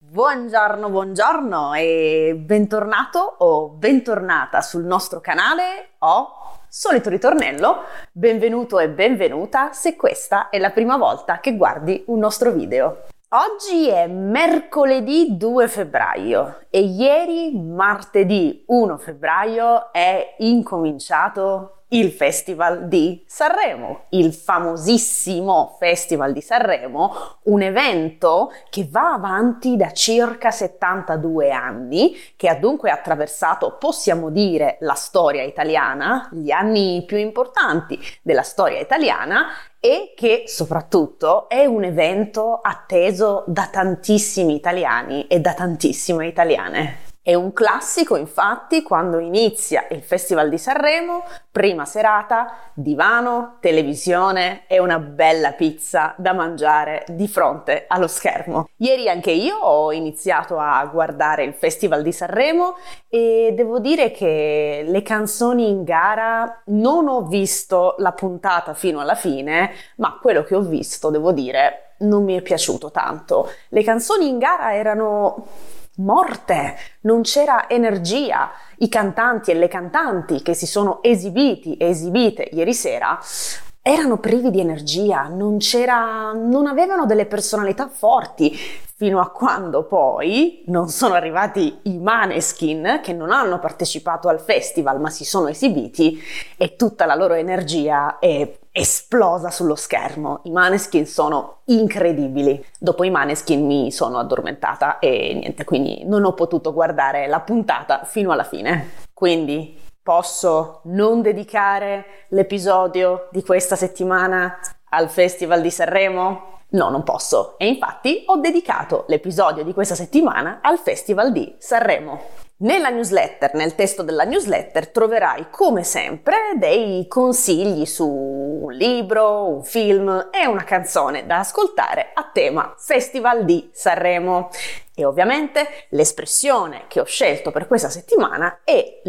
Buongiorno, buongiorno e bentornato o bentornata sul nostro canale o solito ritornello, benvenuto e benvenuta se questa è la prima volta che guardi un nostro video. Oggi è mercoledì 2 febbraio e ieri, martedì 1 febbraio, è incominciato il Festival di Sanremo, il famosissimo Festival di Sanremo, un evento che va avanti da circa 72 anni, che ha dunque attraversato, possiamo dire, la storia italiana, gli anni più importanti della storia italiana, e che soprattutto è un evento atteso da tantissimi italiani e da tantissime italiane. È un classico, infatti, quando inizia il Festival di Sanremo, prima serata, divano, televisione e una bella pizza da mangiare di fronte allo schermo. Ieri anche io ho iniziato a guardare il Festival di Sanremo e devo dire che le canzoni in gara non ho visto la puntata fino alla fine, ma quello che ho visto, devo dire, non mi è piaciuto tanto. Le canzoni in gara erano morte, non c'era energia. I cantanti e le cantanti che si sono esibiti e esibite ieri sera erano privi di energia, non avevano delle personalità forti, fino a quando poi non sono arrivati i Måneskin, che non hanno partecipato al festival ma si sono esibiti e tutta la loro energia è esplosa sullo schermo. I Måneskin sono incredibili. Dopo i Måneskin mi sono addormentata e niente, quindi non ho potuto guardare la puntata fino alla fine. Quindi posso non dedicare l'episodio di questa settimana al Festival di Sanremo? No, non posso. E infatti ho dedicato l'episodio di questa settimana al Festival di Sanremo. Nella newsletter, nel testo della newsletter, troverai come sempre dei consigli su un libro, un film e una canzone da ascoltare a tema Festival di Sanremo. E ovviamente l'espressione che ho scelto per questa settimana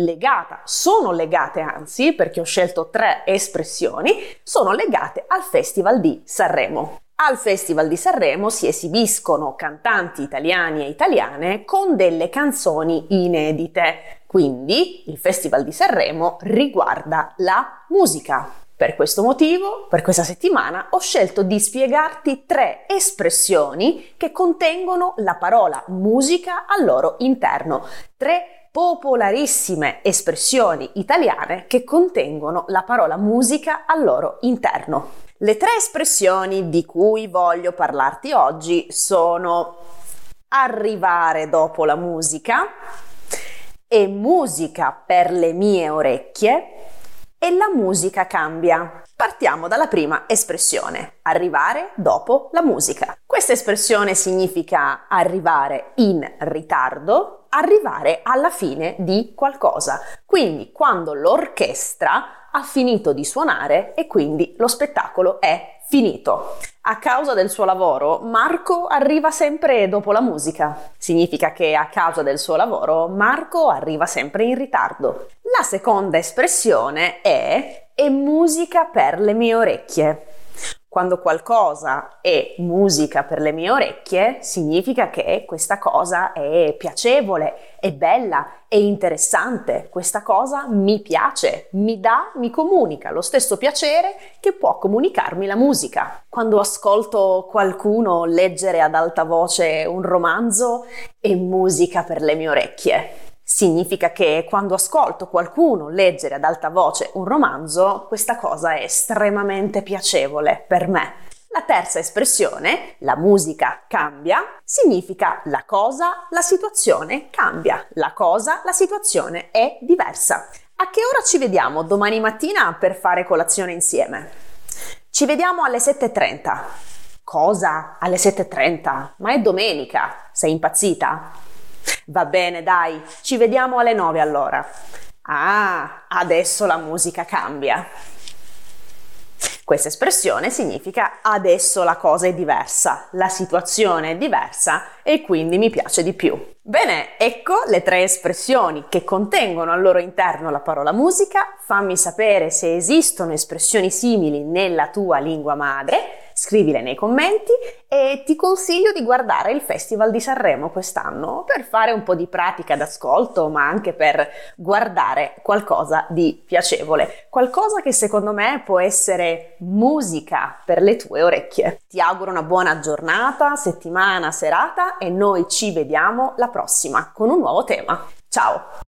sono legate anzi, perché ho scelto 3 espressioni, sono legate al Festival di Sanremo. Al Festival di Sanremo si esibiscono cantanti italiani e italiane con delle canzoni inedite, quindi il Festival di Sanremo riguarda la musica. Per questo motivo, per questa settimana, ho scelto di spiegarti 3 espressioni che contengono la parola musica al loro interno. 3 popolarissime espressioni italiane che contengono la parola musica al loro interno. Le 3 espressioni di cui voglio parlarti oggi sono arrivare dopo la musica e musica per le mie orecchie e la musica cambia. Partiamo dalla prima espressione, arrivare dopo la musica. Questa espressione significa arrivare in ritardo, arrivare alla fine di qualcosa. Quindi quando l'orchestra ha finito di suonare e quindi lo spettacolo è finito. A causa del suo lavoro, Marco arriva sempre dopo la musica. Significa che a causa del suo lavoro, Marco arriva sempre in ritardo. La seconda espressione è musica per le mie orecchie. Quando qualcosa è musica per le mie orecchie, significa che questa cosa è piacevole, è bella, è interessante. Questa cosa mi piace, mi comunica lo stesso piacere che può comunicarmi la musica. Quando ascolto qualcuno leggere ad alta voce un romanzo, è musica per le mie orecchie. Significa che quando ascolto qualcuno leggere ad alta voce un romanzo, questa cosa è estremamente piacevole per me. La terza espressione, la musica cambia, significa la cosa, la situazione cambia. La cosa, la situazione è diversa. A che ora ci vediamo domani mattina per fare colazione insieme? Ci vediamo alle 7:30. Cosa? Alle 7:30? Ma è domenica. Sei impazzita? Va bene, dai, ci vediamo alle 9 allora. Ah, adesso la musica cambia. Questa espressione significa adesso la cosa è diversa, la situazione è diversa e quindi mi piace di più. Bene, ecco le 3 espressioni che contengono al loro interno la parola musica. Fammi sapere se esistono espressioni simili nella tua lingua madre. scrivile nei commenti e ti consiglio di guardare il Festival di Sanremo quest'anno per fare un po' di pratica d'ascolto, ma anche per guardare qualcosa di piacevole, qualcosa che secondo me può essere musica per le tue orecchie. Ti auguro una buona giornata, settimana, serata e noi ci vediamo la prossima con un nuovo tema. Ciao!